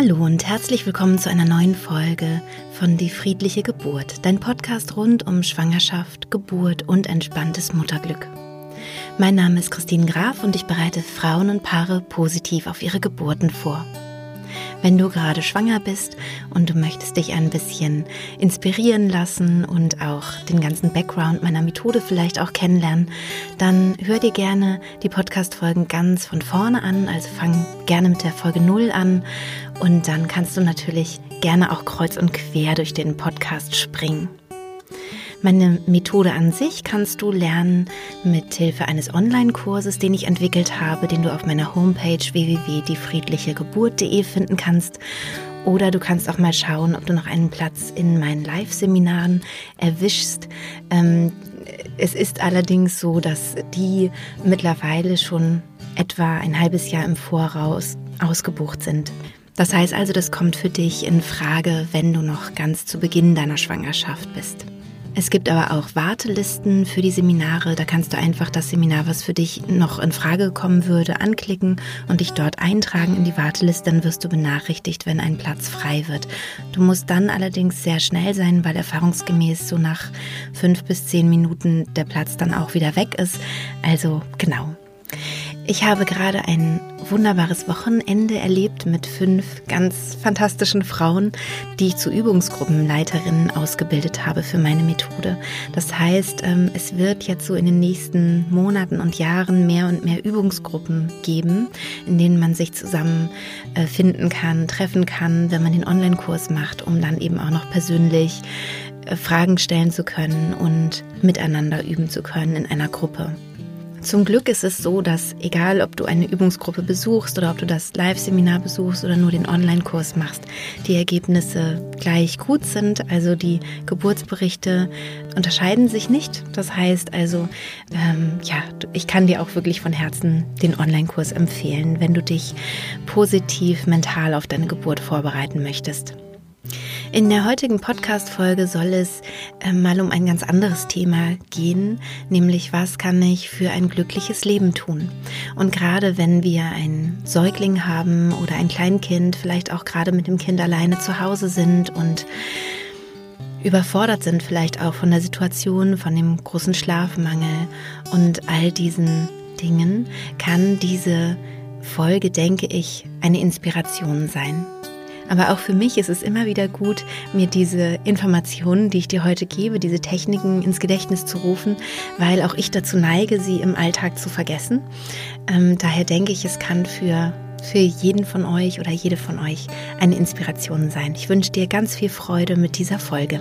Hallo und herzlich willkommen zu einer neuen Folge von Die friedliche Geburt, dein Podcast rund um Schwangerschaft, Geburt und entspanntes Mutterglück. Mein Name ist Christine Graf und ich bereite Frauen und Paare positiv auf ihre Geburten vor. Wenn du gerade schwanger bist und du möchtest dich ein bisschen inspirieren lassen und auch den ganzen Background meiner Methode vielleicht auch kennenlernen, dann hör dir gerne die Podcast-Folgen ganz von vorne an, also fang gerne mit der Folge 0 an und dann kannst du natürlich gerne auch kreuz und quer durch den Podcast springen. Meine Methode an sich kannst du lernen mit Hilfe eines Online-Kurses, den ich entwickelt habe, den du auf meiner Homepage www.diefriedlichegeburt.de finden kannst. Oder du kannst auch mal schauen, ob du noch einen Platz in meinen Live-Seminaren erwischst. Es ist allerdings so, dass die mittlerweile schon etwa ein halbes Jahr im Voraus ausgebucht sind. Das heißt also, das kommt für dich in Frage, wenn du noch ganz zu Beginn deiner Schwangerschaft bist. Es gibt aber auch Wartelisten für die Seminare, da kannst du einfach das Seminar, was für dich noch in Frage kommen würde, anklicken und dich dort eintragen in die Warteliste, dann wirst du benachrichtigt, wenn ein Platz frei wird. Du musst dann allerdings sehr schnell sein, weil erfahrungsgemäß so nach 5 bis 10 Minuten der Platz dann auch wieder weg ist. Also genau. Ich habe gerade ein wunderbares Wochenende erlebt mit 5 ganz fantastischen Frauen, die ich zu Übungsgruppenleiterinnen ausgebildet habe für meine Methode. Das heißt, es wird jetzt so in den nächsten Monaten und Jahren mehr und mehr Übungsgruppen geben, in denen man sich zusammen finden kann, treffen kann, wenn man den Online-Kurs macht, um dann eben auch noch persönlich Fragen stellen zu können und miteinander üben zu können in einer Gruppe. Zum Glück ist es so, dass egal, ob du eine Übungsgruppe besuchst oder ob du das Live-Seminar besuchst oder nur den Online-Kurs machst, die Ergebnisse gleich gut sind. Also die Geburtsberichte unterscheiden sich nicht. Das heißt also, ich kann dir auch wirklich von Herzen den Online-Kurs empfehlen, wenn du dich positiv mental auf deine Geburt vorbereiten möchtest. In der heutigen Podcast-Folge soll es mal um ein ganz anderes Thema gehen, nämlich was kann ich für ein glückliches Leben tun? Und gerade wenn wir einen Säugling haben oder ein Kleinkind, vielleicht auch gerade mit dem Kind alleine zu Hause sind und überfordert sind vielleicht auch von der Situation, von dem großen Schlafmangel und all diesen Dingen, kann diese Folge, denke ich, eine Inspiration sein. Aber auch für mich ist es immer wieder gut, mir diese Informationen, die ich dir heute gebe, diese Techniken ins Gedächtnis zu rufen, weil auch ich dazu neige, sie im Alltag zu vergessen. Daher denke ich, es kann für jeden von euch oder jede von euch eine Inspiration sein. Ich wünsche dir ganz viel Freude mit dieser Folge.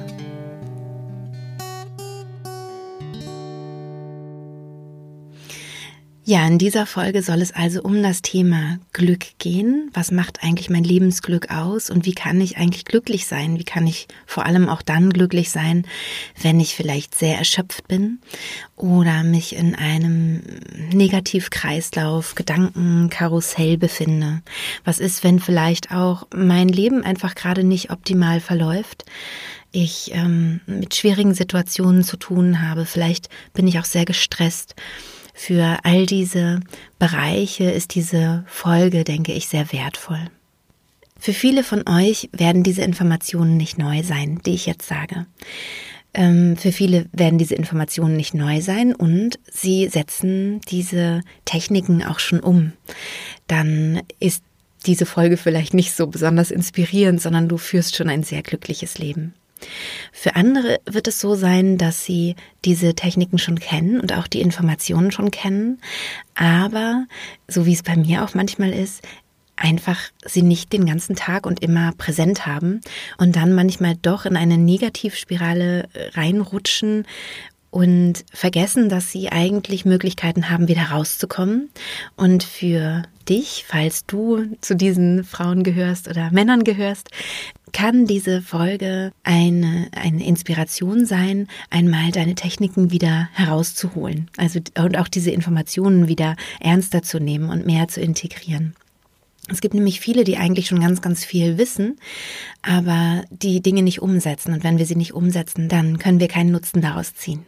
Ja, in dieser Folge soll es also um das Thema Glück gehen. Was macht eigentlich mein Lebensglück aus und wie kann ich eigentlich glücklich sein? Wie kann ich vor allem auch dann glücklich sein, wenn ich vielleicht sehr erschöpft bin oder mich in einem Negativkreislauf, Gedankenkarussell befinde? Was ist, wenn vielleicht auch mein Leben einfach gerade nicht optimal verläuft? Ich mit schwierigen Situationen zu tun habe, vielleicht bin ich auch sehr gestresst. Für all diese Bereiche ist diese Folge, denke ich, sehr wertvoll. Für viele von euch werden diese Informationen nicht neu sein, die ich jetzt sage. Für viele werden diese Informationen nicht neu sein und sie setzen diese Techniken auch schon um. Dann ist diese Folge vielleicht nicht so besonders inspirierend, sondern du führst schon ein sehr glückliches Leben. Für andere wird es so sein, dass sie diese Techniken schon kennen und auch die Informationen schon kennen, aber, so wie es bei mir auch manchmal ist, einfach sie nicht den ganzen Tag und immer präsent haben und dann manchmal doch in eine Negativspirale reinrutschen und vergessen, dass sie eigentlich Möglichkeiten haben, wieder rauszukommen. Und für dich, falls du zu diesen Frauen gehörst oder Männern gehörst, kann diese Folge eine Inspiration sein, einmal deine Techniken wieder herauszuholen. Also und auch diese Informationen wieder ernster zu nehmen und mehr zu integrieren. Es gibt nämlich viele, die eigentlich schon ganz, ganz viel wissen, aber die Dinge nicht umsetzen. Und wenn wir sie nicht umsetzen, dann können wir keinen Nutzen daraus ziehen.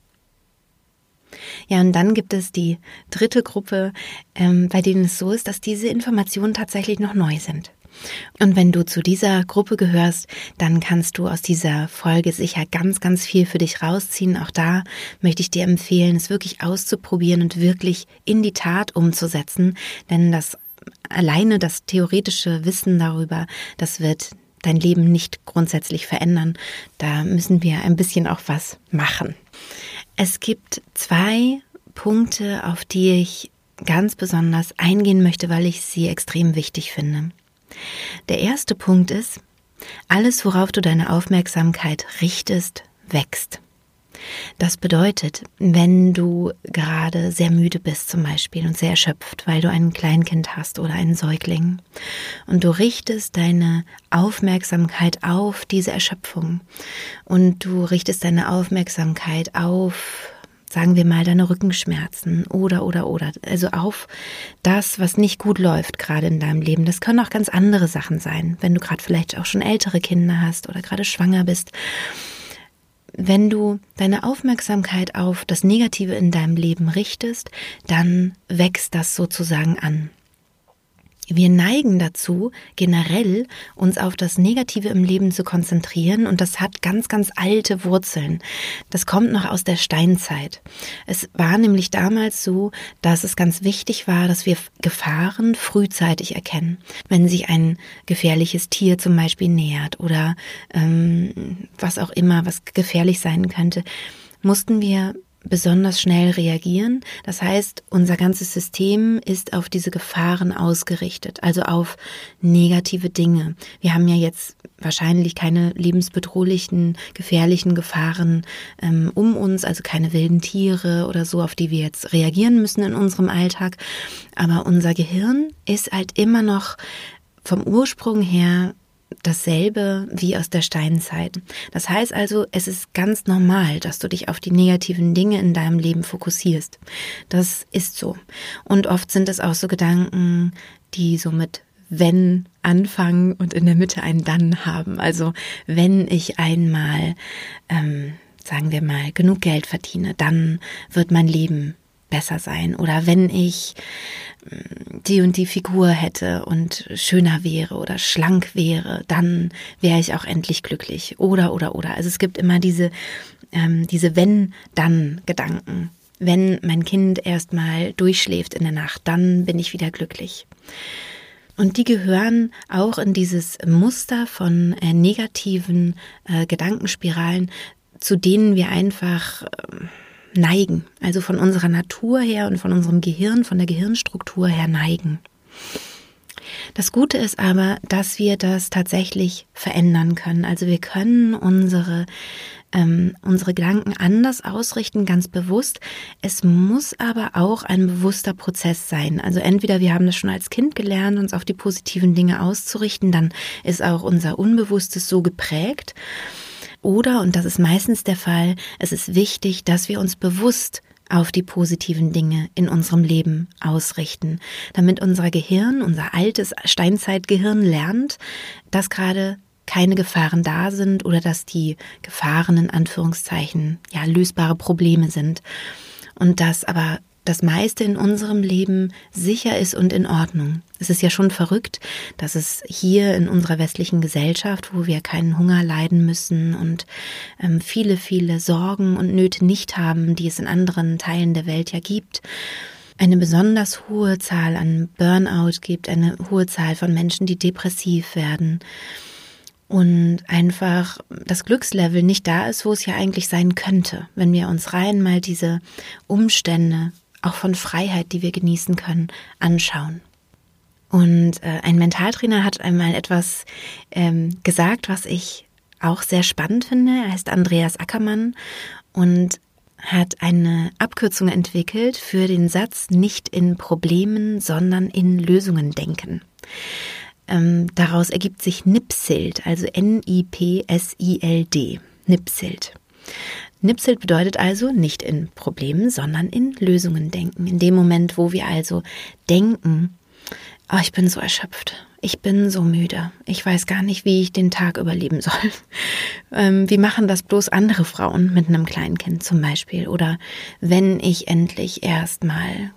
Ja, und dann gibt es die dritte Gruppe, bei denen es so ist, dass diese Informationen tatsächlich noch neu sind. Und wenn du zu dieser Gruppe gehörst, dann kannst du aus dieser Folge sicher ganz, ganz viel für dich rausziehen. Auch da möchte ich dir empfehlen, es wirklich auszuprobieren und wirklich in die Tat umzusetzen, denn alleine das theoretische Wissen darüber, das wird dein Leben nicht grundsätzlich verändern. Da müssen wir ein bisschen auch was machen. Es gibt 2 Punkte, auf die ich ganz besonders eingehen möchte, weil ich sie extrem wichtig finde. Der erste Punkt ist, alles, worauf du deine Aufmerksamkeit richtest, wächst. Das bedeutet, wenn du gerade sehr müde bist zum Beispiel und sehr erschöpft, weil du ein Kleinkind hast oder einen Säugling und du richtest deine Aufmerksamkeit auf diese Erschöpfung und du richtest deine Aufmerksamkeit auf, sagen wir mal, deine Rückenschmerzen oder, also auf das, was nicht gut läuft gerade in deinem Leben. Das können auch ganz andere Sachen sein, wenn du gerade vielleicht auch schon ältere Kinder hast oder gerade schwanger bist. Wenn du deine Aufmerksamkeit auf das Negative in deinem Leben richtest, dann wächst das sozusagen an. Wir neigen dazu, generell uns auf das Negative im Leben zu konzentrieren und das hat ganz, ganz alte Wurzeln. Das kommt noch aus der Steinzeit. Es war nämlich damals so, dass es ganz wichtig war, dass wir Gefahren frühzeitig erkennen. Wenn sich ein gefährliches Tier zum Beispiel nähert oder was auch immer, was gefährlich sein könnte, mussten wir besonders schnell reagieren. Das heißt, unser ganzes System ist auf diese Gefahren ausgerichtet, also auf negative Dinge. Wir haben ja jetzt wahrscheinlich keine lebensbedrohlichen, gefährlichen Gefahren um uns, also keine wilden Tiere oder so, auf die wir jetzt reagieren müssen in unserem Alltag. Aber unser Gehirn ist halt immer noch vom Ursprung her dasselbe wie aus der Steinzeit. Das heißt also, es ist ganz normal, dass du dich auf die negativen Dinge in deinem Leben fokussierst. Das ist so. Und oft sind es auch so Gedanken, die so mit wenn anfangen und in der Mitte ein dann haben. Also wenn ich einmal, sagen wir mal, genug Geld verdiene, dann wird mein Leben besser sein. Oder wenn ich die und die Figur hätte und schöner wäre oder schlank wäre, dann wäre ich auch endlich glücklich. Oder. Also es gibt immer diese Wenn-Dann-Gedanken. Wenn mein Kind erstmal durchschläft in der Nacht, dann bin ich wieder glücklich. Und die gehören auch in dieses Muster von negativen Gedankenspiralen, zu denen wir einfach neigen, also von unserer Natur her und von unserem Gehirn, von der Gehirnstruktur her neigen. Das Gute ist aber, dass wir das tatsächlich verändern können. Also wir können unsere Gedanken anders ausrichten, ganz bewusst. Es muss aber auch ein bewusster Prozess sein. Also entweder wir haben das schon als Kind gelernt, uns auf die positiven Dinge auszurichten, dann ist auch unser Unbewusstes so geprägt. Oder, und das ist meistens der Fall, es ist wichtig, dass wir uns bewusst auf die positiven Dinge in unserem Leben ausrichten, damit unser Gehirn, unser altes Steinzeitgehirn lernt, dass gerade keine Gefahren da sind oder dass die Gefahren in Anführungszeichen lösbare Probleme sind und dass aber das meiste in unserem Leben sicher ist und in Ordnung. Es ist ja schon verrückt, dass es hier in unserer westlichen Gesellschaft, wo wir keinen Hunger leiden müssen und viele, viele Sorgen und Nöte nicht haben, die es in anderen Teilen der Welt ja gibt, eine besonders hohe Zahl an Burnout gibt, eine hohe Zahl von Menschen, die depressiv werden und einfach das Glückslevel nicht da ist, wo es ja eigentlich sein könnte, wenn wir uns rein mal diese Umstände auch von Freiheit, die wir genießen können, anschauen. Und ein Mentaltrainer hat einmal etwas gesagt, was ich auch sehr spannend finde. Er heißt Andreas Ackermann und hat eine Abkürzung entwickelt für den Satz, nicht in Problemen, sondern in Lösungen denken. Daraus ergibt sich NIPSILD, also NIPSILD, NIPSILD. NIPSILD bedeutet also nicht in Problemen, sondern in Lösungen denken. In dem Moment, wo wir also denken, oh, ich bin so erschöpft, ich bin so müde, ich weiß gar nicht, wie ich den Tag überleben soll. Wie machen das bloß andere Frauen mit einem kleinen Kind zum Beispiel? Oder wenn ich endlich erstmal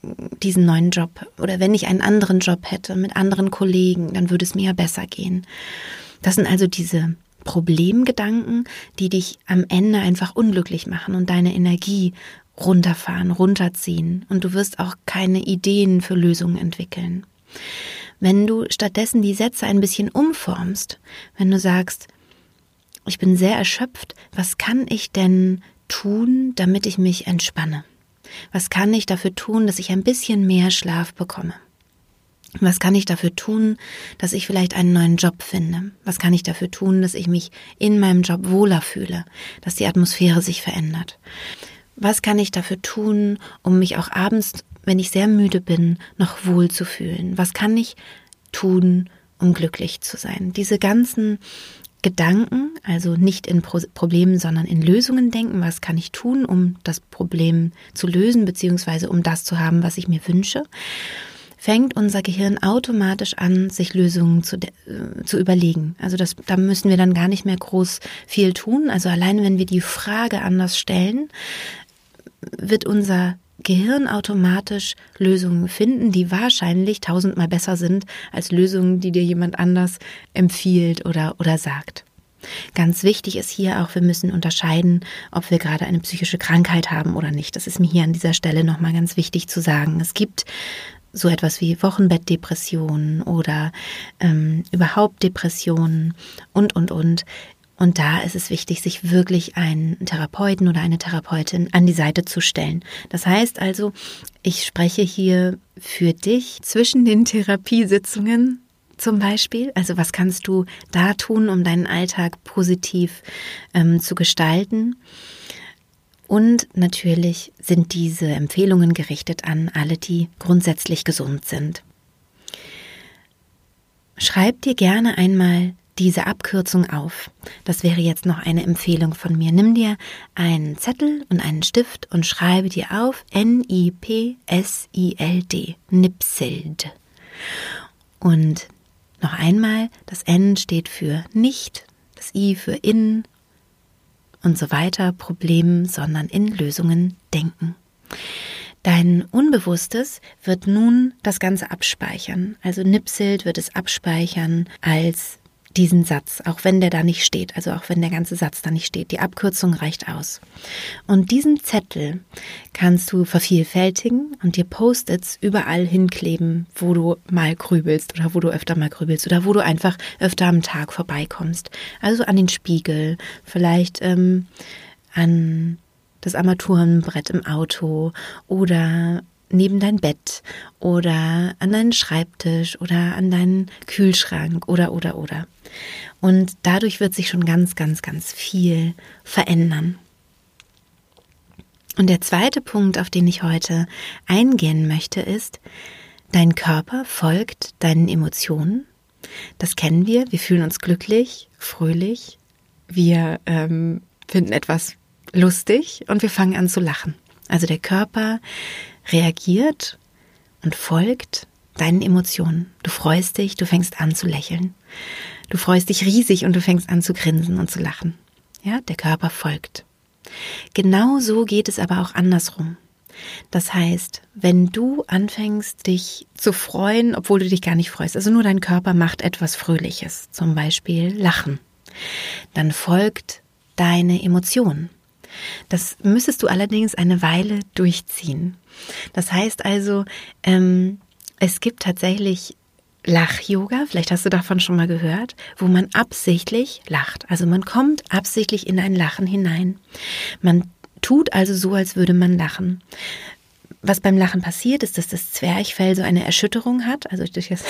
diesen neuen Job oder wenn ich einen anderen Job hätte mit anderen Kollegen, dann würde es mir ja besser gehen. Das sind also diese Problemgedanken, die dich am Ende einfach unglücklich machen und deine Energie runterfahren, runterziehen und du wirst auch keine Ideen für Lösungen entwickeln. Wenn du stattdessen die Sätze ein bisschen umformst, wenn du sagst, ich bin sehr erschöpft, was kann ich denn tun, damit ich mich entspanne? Was kann ich dafür tun, dass ich ein bisschen mehr Schlaf bekomme? Was kann ich dafür tun, dass ich vielleicht einen neuen Job finde? Was kann ich dafür tun, dass ich mich in meinem Job wohler fühle, dass die Atmosphäre sich verändert? Was kann ich dafür tun, um mich auch abends, wenn ich sehr müde bin, noch wohl zu fühlen? Was kann ich tun, um glücklich zu sein? Diese ganzen Gedanken, also nicht in Problemen, sondern in Lösungen denken. Was kann ich tun, um das Problem zu lösen, beziehungsweise um das zu haben, was ich mir wünsche? Fängt unser Gehirn automatisch an, sich Lösungen zu überlegen. Also da müssen wir dann gar nicht mehr groß viel tun. Also allein wenn wir die Frage anders stellen, wird unser Gehirn automatisch Lösungen finden, die wahrscheinlich 1000-mal besser sind als Lösungen, die dir jemand anders empfiehlt oder sagt. Ganz wichtig ist hier auch, wir müssen unterscheiden, ob wir gerade eine psychische Krankheit haben oder nicht. Das ist mir hier an dieser Stelle nochmal ganz wichtig zu sagen. Es gibt so etwas wie Wochenbettdepressionen oder überhaupt Depressionen und. Und da ist es wichtig, sich wirklich einen Therapeuten oder eine Therapeutin an die Seite zu stellen. Das heißt also, ich spreche hier für dich zwischen den Therapiesitzungen zum Beispiel. Also was kannst du da tun, um deinen Alltag positiv zu gestalten? Und natürlich sind diese Empfehlungen gerichtet an alle, die grundsätzlich gesund sind. Schreib dir gerne einmal diese Abkürzung auf. Das wäre jetzt noch eine Empfehlung von mir. Nimm dir einen Zettel und einen Stift und schreibe dir auf NIPSILD, NIPSILD. Und noch einmal, das N steht für nicht, das I für in und so weiter, Problem, sondern in Lösungen denken. Dein Unbewusstes wird nun das Ganze abspeichern. Also NIPSILD wird es abspeichern als diesen Satz, auch wenn der da nicht steht, also auch wenn der ganze Satz da nicht steht. Die Abkürzung reicht aus. Und diesen Zettel kannst du vervielfältigen und dir Post-its überall hinkleben, wo du mal grübelst oder wo du öfter mal grübelst oder wo du einfach öfter am Tag vorbeikommst. Also an den Spiegel, vielleicht an das Armaturenbrett im Auto oder neben dein Bett oder an deinen Schreibtisch oder an deinen Kühlschrank oder. Und dadurch wird sich schon ganz, ganz, ganz viel verändern. Und der zweite Punkt, auf den ich heute eingehen möchte, ist, dein Körper folgt deinen Emotionen. Das kennen wir. Wir fühlen uns glücklich, fröhlich. Wir finden etwas lustig und wir fangen an zu lachen. Also der Körper reagiert und folgt deinen Emotionen. Du freust dich, du fängst an zu lächeln. Du freust dich riesig und du fängst an zu grinsen und zu lachen. Ja, der Körper folgt. Genau so geht es aber auch andersrum. Das heißt, wenn du anfängst, dich zu freuen, obwohl du dich gar nicht freust, also nur dein Körper macht etwas Fröhliches, zum Beispiel Lachen, dann folgt deine Emotion. Das müsstest du allerdings eine Weile durchziehen. Das heißt also, es gibt tatsächlich Lach-Yoga, vielleicht hast du davon schon mal gehört, wo man absichtlich lacht. Also man kommt absichtlich in ein Lachen hinein. Man tut also so, als würde man lachen. Was beim Lachen passiert, ist, dass das Zwerchfell so eine Erschütterung hat. Also durch das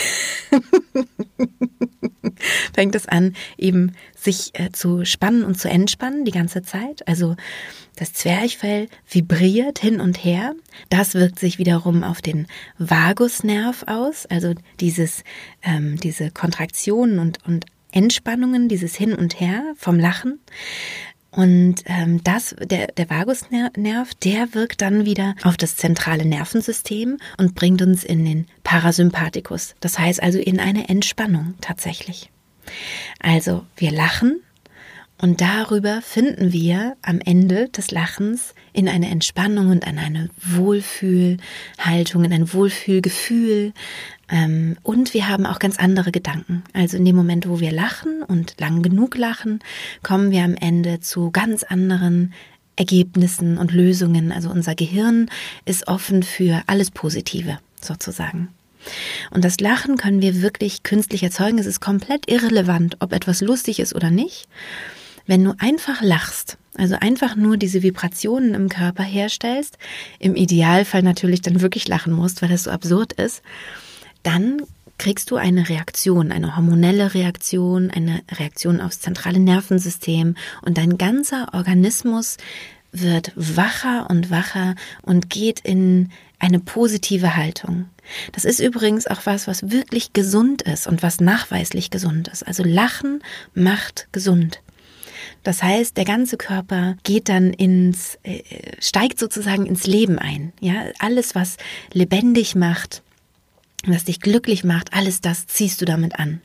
fängt es an, eben sich zu spannen und zu entspannen die ganze Zeit. Also das Zwerchfell vibriert hin und her. Das wirkt sich wiederum auf den Vagusnerv aus. Also diese Kontraktionen und Entspannungen, dieses Hin und Her vom Lachen. Und der Vagusnerv, der wirkt dann wieder auf das zentrale Nervensystem und bringt uns in den Parasympathikus. Das heißt also in eine Entspannung tatsächlich. Also wir lachen Und darüber finden wir am Ende des Lachens in eine Entspannung und in eine Wohlfühlhaltung, in ein Wohlfühlgefühl. Und wir haben auch ganz andere Gedanken. Also in dem Moment, wo wir lachen und lang genug lachen, kommen wir am Ende zu ganz anderen Ergebnissen und Lösungen. Also unser Gehirn ist offen für alles Positive sozusagen. Und das Lachen können wir wirklich künstlich erzeugen. Es ist komplett irrelevant, ob etwas lustig ist oder nicht. Wenn du einfach lachst, also einfach nur diese Vibrationen im Körper herstellst, im Idealfall natürlich dann wirklich lachen musst, weil das so absurd ist, dann kriegst du eine Reaktion, eine hormonelle Reaktion, eine Reaktion aufs zentrale Nervensystem und dein ganzer Organismus wird wacher und geht in eine positive Haltung. Das ist übrigens auch was wirklich gesund ist und was nachweislich gesund ist. Also Lachen macht gesund. Das heißt, der ganze Körper geht dann steigt sozusagen ins Leben ein. Ja, alles, was lebendig macht, was dich glücklich macht, alles das ziehst du damit an.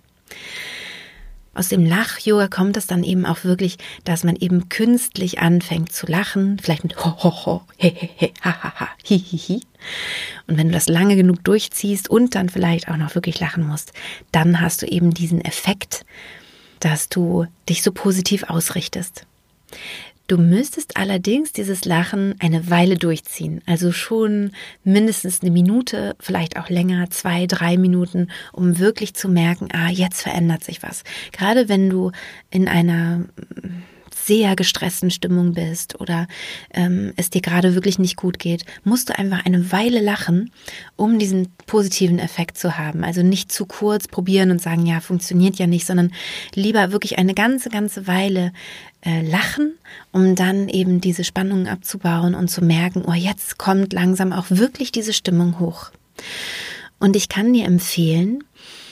Aus dem Lach-Yoga kommt es dann eben auch wirklich, dass man eben künstlich anfängt zu lachen, vielleicht mit ho, ho, ho, he, he, he, ha, ha, ha, hi, hi, hi. Und wenn du das lange genug durchziehst und dann vielleicht auch noch wirklich lachen musst, dann hast du eben diesen Effekt, dass du dich so positiv ausrichtest. Du müsstest allerdings dieses Lachen eine Weile durchziehen, also schon mindestens 1 Minute, vielleicht auch länger, 2, 3 Minuten, um wirklich zu merken, jetzt verändert sich was. Gerade wenn du in einer sehr gestressten Stimmung bist oder es dir gerade wirklich nicht gut geht, musst du einfach eine Weile lachen, um diesen positiven Effekt zu haben. Also nicht zu kurz probieren und sagen, ja, funktioniert ja nicht, sondern lieber wirklich eine ganze Weile lachen, um dann eben diese Spannungen abzubauen und zu merken, jetzt kommt langsam auch wirklich diese Stimmung hoch. Und ich kann dir empfehlen,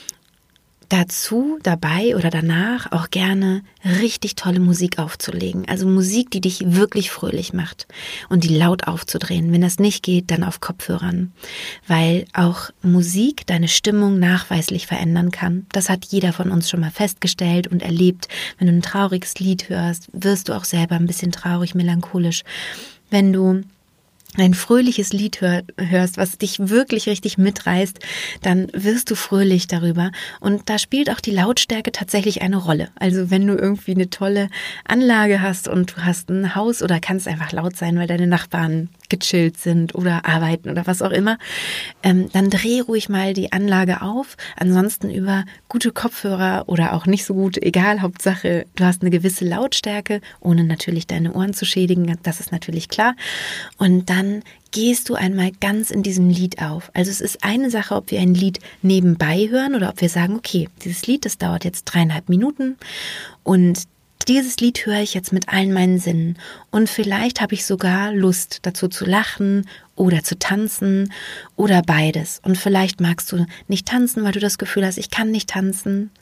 dazu, dabei oder danach auch gerne richtig tolle Musik aufzulegen. Also Musik, die dich wirklich fröhlich macht und die laut aufzudrehen. Wenn das nicht geht, dann auf Kopfhörern. Weil auch Musik deine Stimmung nachweislich verändern kann. Das hat jeder von uns schon mal festgestellt und erlebt. Wenn du ein trauriges Lied hörst, wirst du auch selber ein bisschen traurig, melancholisch. Wenn du ein fröhliches Lied hörst, was dich wirklich richtig mitreißt, dann wirst du fröhlich darüber. Und da spielt auch die Lautstärke tatsächlich eine Rolle. Also wenn du irgendwie eine tolle Anlage hast und du hast ein Haus oder kannst einfach laut sein, weil deine Nachbarn gechillt sind oder arbeiten oder was auch immer, dann dreh ruhig mal die Anlage auf. Ansonsten über gute Kopfhörer oder auch nicht so gut, egal, Hauptsache du hast eine gewisse Lautstärke, ohne natürlich deine Ohren zu schädigen, das ist natürlich klar. Und dann gehst du einmal ganz in diesem Lied auf. Also es ist eine Sache, ob wir ein Lied nebenbei hören oder ob wir sagen, okay, dieses Lied, das dauert jetzt 3,5 Minuten und dieses Lied höre ich jetzt mit allen meinen Sinnen und vielleicht habe ich sogar Lust dazu zu lachen oder zu tanzen oder beides. Und vielleicht magst du nicht tanzen, weil du das Gefühl hast, ich kann nicht tanzen.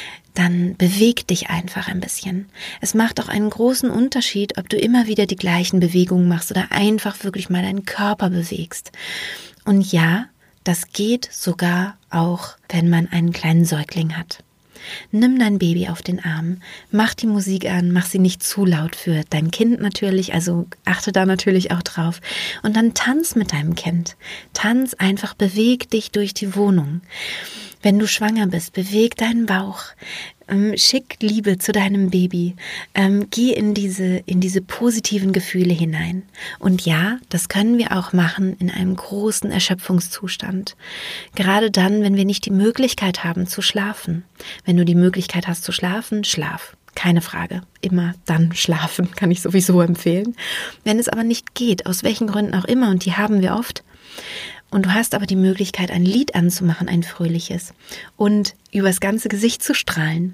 Dann beweg dich einfach ein bisschen. Es macht auch einen großen Unterschied, ob du immer wieder die gleichen Bewegungen machst oder einfach wirklich mal deinen Körper bewegst. Und ja, das geht sogar auch, wenn man einen kleinen Säugling hat. Nimm dein Baby auf den Arm, mach die Musik an, mach sie nicht zu laut für dein Kind natürlich, also achte da natürlich auch drauf. Und dann tanz mit deinem Kind. Tanz einfach, beweg dich durch die Wohnung. Wenn du schwanger bist, beweg deinen Bauch. Schick Liebe zu deinem Baby, geh in diese positiven Gefühle hinein. Und ja, das können wir auch machen in einem großen Erschöpfungszustand. Gerade dann, wenn wir nicht die Möglichkeit haben zu schlafen. Wenn du die Möglichkeit hast zu schlafen, schlaf. Keine Frage. Immer dann schlafen, kann ich sowieso empfehlen. Wenn es aber nicht geht, aus welchen Gründen auch immer, und die haben wir oft, und du hast aber die Möglichkeit, ein Lied anzumachen, ein fröhliches, und übers ganze Gesicht zu strahlen,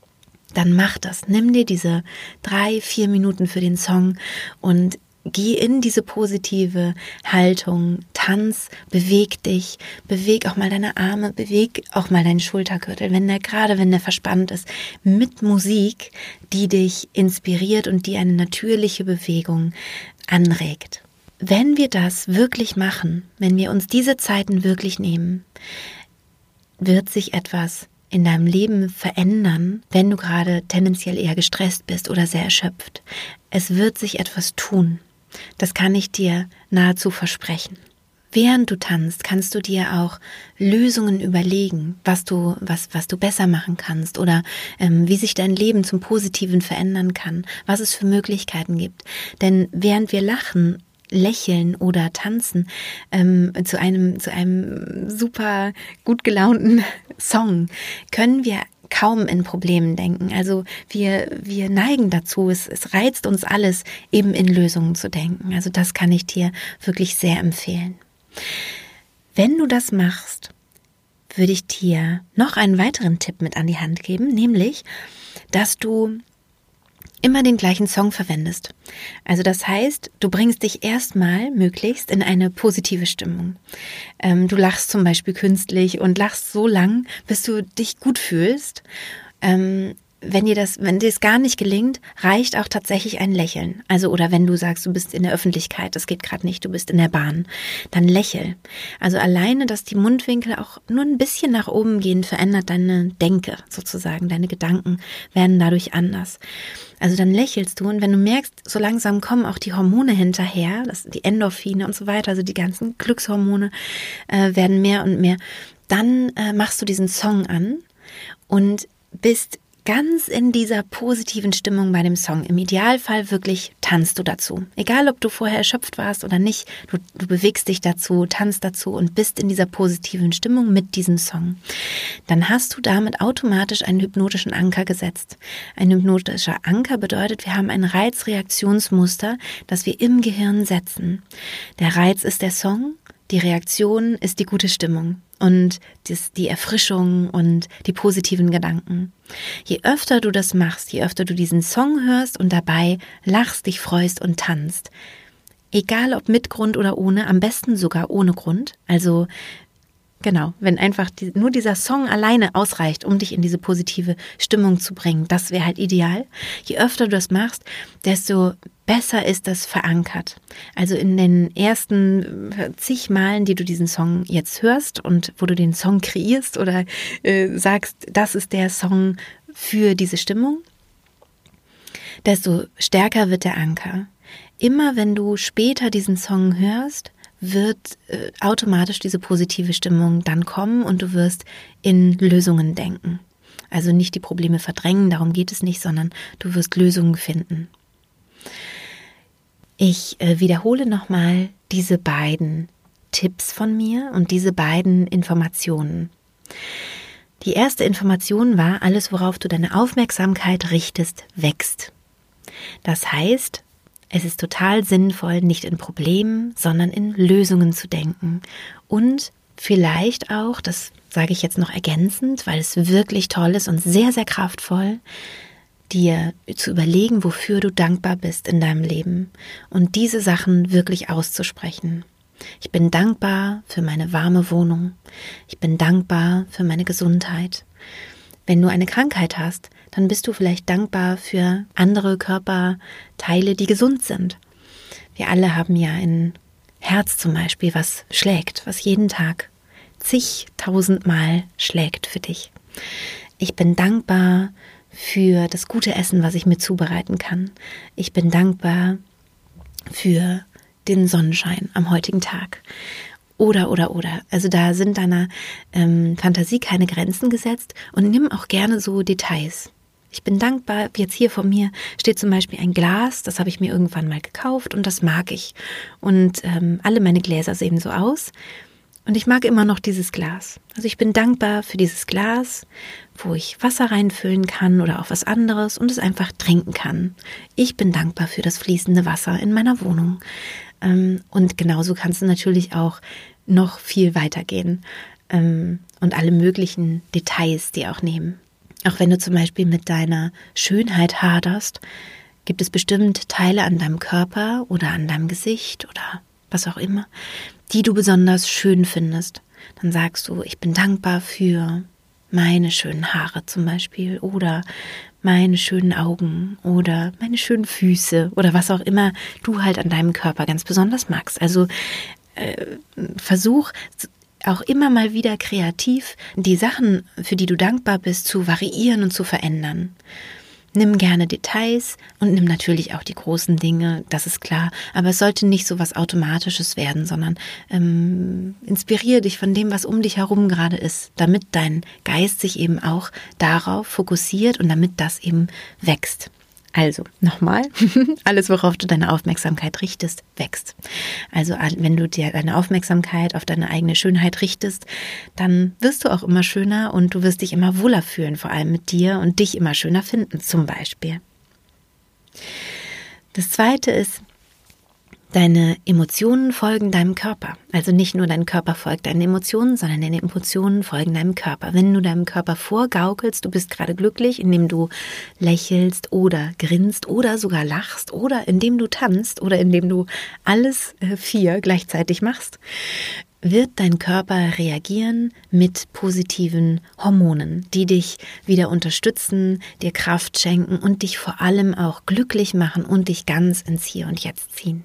dann mach das. Nimm dir diese 3-4 Minuten für den Song und geh in diese positive Haltung, tanz, beweg dich, beweg auch mal deine Arme, beweg auch mal deinen Schultergürtel, wenn der verspannt ist, mit Musik, die dich inspiriert und die eine natürliche Bewegung anregt. Wenn wir das wirklich machen, wenn wir uns diese Zeiten wirklich nehmen, wird sich etwas in deinem Leben verändern, wenn du gerade tendenziell eher gestresst bist oder sehr erschöpft. Es wird sich etwas tun. Das kann ich dir nahezu versprechen. Während du tanzt, kannst du dir auch Lösungen überlegen, was du besser machen kannst oder wie sich dein Leben zum Positiven verändern kann, was es für Möglichkeiten gibt. Denn während wir lachen, lächeln oder tanzen zu einem super gut gelaunten Song, können wir kaum in Problemen denken. Also wir neigen dazu, es reizt uns alles, eben in Lösungen zu denken. Also das kann ich dir wirklich sehr empfehlen. Wenn du das machst, würde ich dir noch einen weiteren Tipp mit an die Hand geben, nämlich, dass du immer den gleichen Song verwendest. Also das heißt, du bringst dich erstmal möglichst in eine positive Stimmung. Du lachst zum Beispiel künstlich und lachst so lang, bis du dich gut fühlst. Wenn dir das gar nicht gelingt, reicht auch tatsächlich ein Lächeln. Also oder wenn du sagst, du bist in der Öffentlichkeit, das geht gerade nicht, du bist in der Bahn, dann lächel. Also alleine, dass die Mundwinkel auch nur ein bisschen nach oben gehen, verändert deine Denke sozusagen. Deine Gedanken werden dadurch anders. Also dann lächelst du und wenn du merkst, so langsam kommen auch die Hormone hinterher, die Endorphine und so weiter, also die ganzen Glückshormone werden mehr und mehr, dann machst du diesen Song an und bist ganz in dieser positiven Stimmung bei dem Song. Im Idealfall wirklich tanzt du dazu. Egal, ob du vorher erschöpft warst oder nicht, du bewegst dich dazu, tanzt dazu und bist in dieser positiven Stimmung mit diesem Song. Dann hast du damit automatisch einen hypnotischen Anker gesetzt. Ein hypnotischer Anker bedeutet, wir haben ein Reizreaktionsmuster, das wir im Gehirn setzen. Der Reiz ist der Song, die Reaktion ist die gute Stimmung und die Erfrischung und die positiven Gedanken. Je öfter du das machst, je öfter du diesen Song hörst und dabei lachst, dich freust und tanzt, egal ob mit Grund oder ohne, am besten sogar ohne Grund, also genau, wenn einfach nur dieser Song alleine ausreicht, um dich in diese positive Stimmung zu bringen, das wäre halt ideal. Je öfter du das machst, desto besser ist das verankert. Also in den ersten zig Malen, die du diesen Song jetzt hörst und wo du den Song kreierst oder sagst, das ist der Song für diese Stimmung, desto stärker wird der Anker. Immer wenn du später diesen Song hörst, wird automatisch diese positive Stimmung dann kommen und du wirst in Lösungen denken. Also nicht die Probleme verdrängen, darum geht es nicht, sondern du wirst Lösungen finden. Ich wiederhole nochmal diese beiden Tipps von mir und diese beiden Informationen. Die erste Information war, alles, worauf du deine Aufmerksamkeit richtest, wächst. Das heißt, es ist total sinnvoll, nicht in Problemen, sondern in Lösungen zu denken. Und vielleicht auch, das sage ich jetzt noch ergänzend, weil es wirklich toll ist und sehr, sehr kraftvoll, dir zu überlegen, wofür du dankbar bist in deinem Leben und diese Sachen wirklich auszusprechen. Ich bin dankbar für meine warme Wohnung. Ich bin dankbar für meine Gesundheit. Wenn du eine Krankheit hast, dann bist du vielleicht dankbar für andere Körperteile, die gesund sind. Wir alle haben ja ein Herz zum Beispiel, was schlägt, was jeden Tag zigtausendmal schlägt für dich. Ich bin dankbar für das gute Essen, was ich mir zubereiten kann. Ich bin dankbar für den Sonnenschein am heutigen Tag. Oder. Also da sind deiner Fantasie keine Grenzen gesetzt und nimm auch gerne so Details. Ich bin dankbar, jetzt hier vor mir steht zum Beispiel ein Glas, das habe ich mir irgendwann mal gekauft und das mag ich. Und alle meine Gläser sehen so aus und ich mag immer noch dieses Glas. Also ich bin dankbar für dieses Glas, wo ich Wasser reinfüllen kann oder auch was anderes und es einfach trinken kann. Ich bin dankbar für das fließende Wasser in meiner Wohnung. Und genauso kannst du natürlich auch noch viel weitergehen und alle möglichen Details dir auch nehmen. Auch wenn du zum Beispiel mit deiner Schönheit haderst, gibt es bestimmt Teile an deinem Körper oder an deinem Gesicht oder was auch immer, die du besonders schön findest. Dann sagst du, ich bin dankbar für meine schönen Haare zum Beispiel oder meine schönen Augen oder meine schönen Füße oder was auch immer du halt an deinem Körper ganz besonders magst. Also versuch auch immer mal wieder kreativ die Sachen, für die du dankbar bist, zu variieren und zu verändern. Nimm gerne Details und nimm natürlich auch die großen Dinge, das ist klar. Aber es sollte nicht so was Automatisches werden, sondern inspiriere dich von dem, was um dich herum gerade ist, damit dein Geist sich eben auch darauf fokussiert und damit das eben wächst. Also, nochmal, alles, worauf du deine Aufmerksamkeit richtest, wächst. Also, wenn du dir deine Aufmerksamkeit auf deine eigene Schönheit richtest, dann wirst du auch immer schöner und du wirst dich immer wohler fühlen, vor allem mit dir und dich immer schöner finden, zum Beispiel. Das Zweite ist, deine Emotionen folgen deinem Körper. Also nicht nur dein Körper folgt deinen Emotionen, sondern deine Emotionen folgen deinem Körper. Wenn du deinem Körper vorgaukelst, du bist gerade glücklich, indem du lächelst oder grinst oder sogar lachst oder indem du tanzt oder indem du alles 4 gleichzeitig machst, wird dein Körper reagieren mit positiven Hormonen, die dich wieder unterstützen, dir Kraft schenken und dich vor allem auch glücklich machen und dich ganz ins Hier und Jetzt ziehen.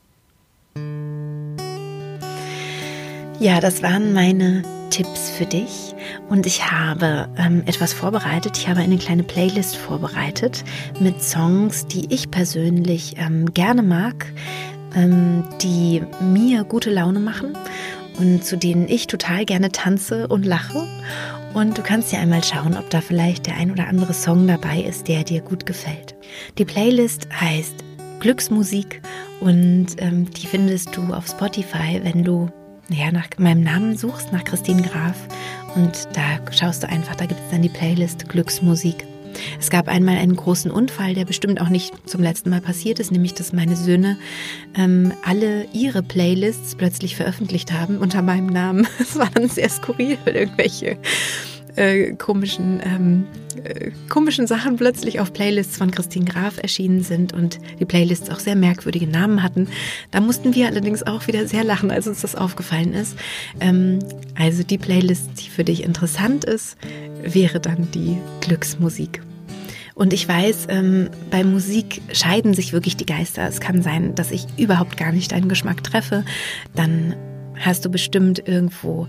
Ja, das waren meine Tipps für dich und ich habe etwas vorbereitet. Ich habe eine kleine Playlist vorbereitet mit Songs, die ich persönlich gerne mag, die mir gute Laune machen und zu denen ich total gerne tanze und lache. Und du kannst ja einmal schauen, ob da vielleicht der ein oder andere Song dabei ist, der dir gut gefällt. Die Playlist heißt Glücksmusik und die findest du auf Spotify, wenn du nach meinem Namen suchst, nach Christine Graf, und da schaust du einfach, da gibt es dann die Playlist Glücksmusik. Es gab einmal einen großen Unfall, der bestimmt auch nicht zum letzten Mal passiert ist, nämlich dass meine Söhne alle ihre Playlists plötzlich veröffentlicht haben unter meinem Namen. Das war dann sehr skurril, weil irgendwelche komischen Sachen plötzlich auf Playlists von Christine Graf erschienen sind und die Playlists auch sehr merkwürdige Namen hatten. Da mussten wir allerdings auch wieder sehr lachen, als uns das aufgefallen ist. Also die Playlist, die für dich interessant ist, wäre dann die Glücksmusik. Und ich weiß, bei Musik scheiden sich wirklich die Geister. Es kann sein, dass ich überhaupt gar nicht deinen Geschmack treffe. Dann findest du bestimmt irgendwo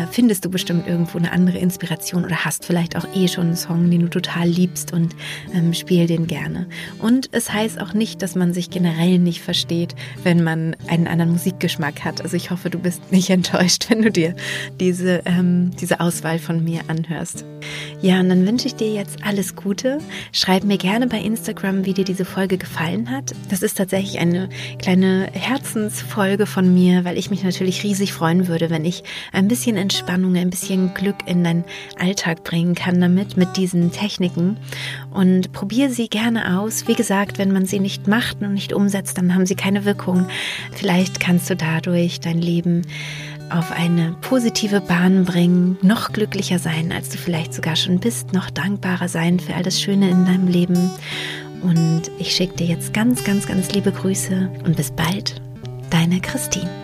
eine andere Inspiration oder hast vielleicht auch schon einen Song, den du total liebst und spiel den gerne. Und es heißt auch nicht, dass man sich generell nicht versteht, wenn man einen anderen Musikgeschmack hat. Also ich hoffe, du bist nicht enttäuscht, wenn du dir diese Auswahl von mir anhörst. Ja, und dann wünsche ich dir jetzt alles Gute. Schreib mir gerne bei Instagram, wie dir diese Folge gefallen hat. Das ist tatsächlich eine kleine Herzensfolge von mir, weil ich mich natürlich riesig freuen würde, wenn ich ein bisschen Entspannung, ein bisschen Glück in deinen Alltag bringen kann mit diesen Techniken, und probiere sie gerne aus. Wie gesagt, wenn man sie nicht macht und nicht umsetzt, dann haben sie keine Wirkung. Vielleicht kannst du dadurch dein Leben auf eine positive Bahn bringen, noch glücklicher sein, als du vielleicht sogar schon bist, noch dankbarer sein für all das Schöne in deinem Leben. Und ich schicke dir jetzt ganz, ganz, ganz liebe Grüße und bis bald, deine Christine.